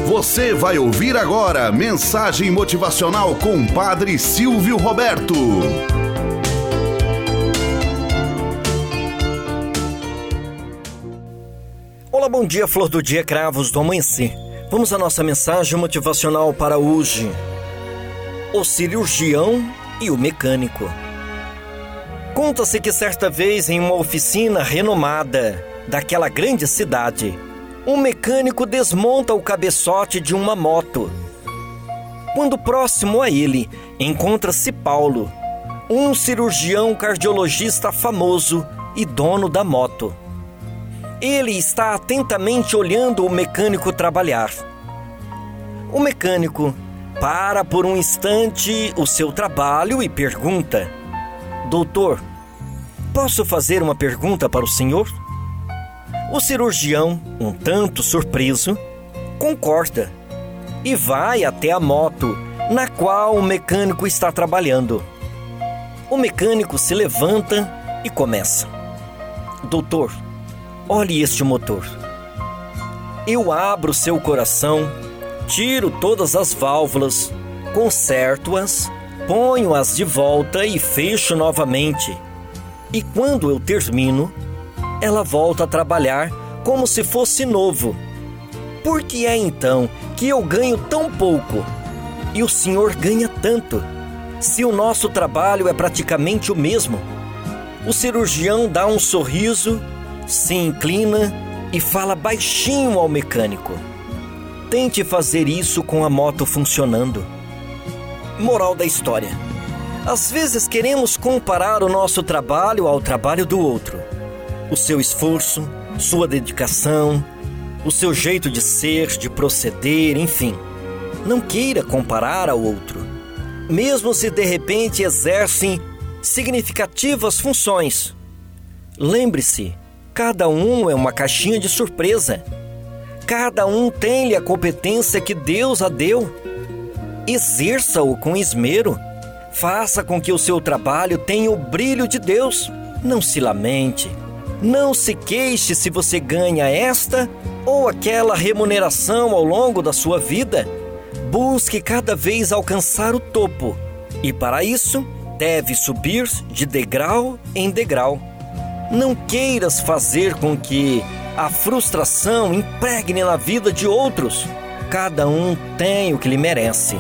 Você vai ouvir agora mensagem motivacional com o Padre Silvio Roberto. Olá, bom dia, flor do dia, cravos do amanhecer. Vamos à nossa mensagem motivacional para hoje. O cirurgião e o mecânico. Conta-se que certa vez em uma oficina renomada daquela grande cidade, um mecânico desmonta o cabeçote de uma moto. Quando próximo a ele, encontra-se Paulo, um cirurgião cardiologista famoso e dono da moto. Ele está atentamente olhando o mecânico trabalhar. O mecânico para por um instante o seu trabalho e pergunta: Doutor, posso fazer uma pergunta para o senhor? O cirurgião, um tanto surpreso, concorda e vai até a moto na qual o mecânico está trabalhando. O mecânico se levanta e começa: Doutor, olhe este motor. Eu abro seu coração, tiro todas as válvulas, conserto-as, ponho-as de volta e fecho novamente. E quando eu termino, ela volta a trabalhar como se fosse novo. Por que é então que eu ganho tão pouco e o senhor ganha tanto, se o nosso trabalho é praticamente o mesmo? O cirurgião dá um sorriso, se inclina e fala baixinho ao mecânico: Tente fazer isso com a moto funcionando. Moral da história: às vezes queremos comparar o nosso trabalho ao trabalho do outro. O seu esforço, sua dedicação, o seu jeito de ser, de proceder, enfim. Não queira comparar ao outro, mesmo se de repente exercem significativas funções. Lembre-se, cada um é uma caixinha de surpresa. Cada um tem-lhe a competência que Deus a deu. Exerça-o com esmero. Faça com que o seu trabalho tenha o brilho de Deus. Não se lamente. Não se queixe se você ganha esta ou aquela remuneração ao longo da sua vida. Busque cada vez alcançar o topo. E para isso, deve subir de degrau em degrau. Não queiras fazer com que a frustração impregne na vida de outros. Cada um tem o que lhe merece.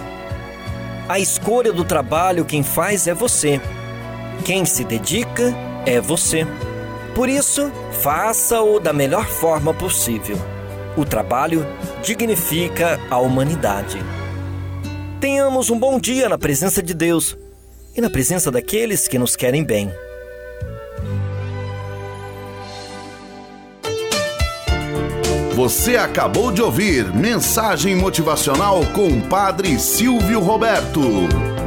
A escolha do trabalho quem faz é você. Quem se dedica é você. Por isso, faça-o da melhor forma possível. O trabalho dignifica a humanidade. Tenhamos um bom dia na presença de Deus e na presença daqueles que nos querem bem. Você acabou de ouvir Mensagem Motivacional com o Padre Silvio Roberto.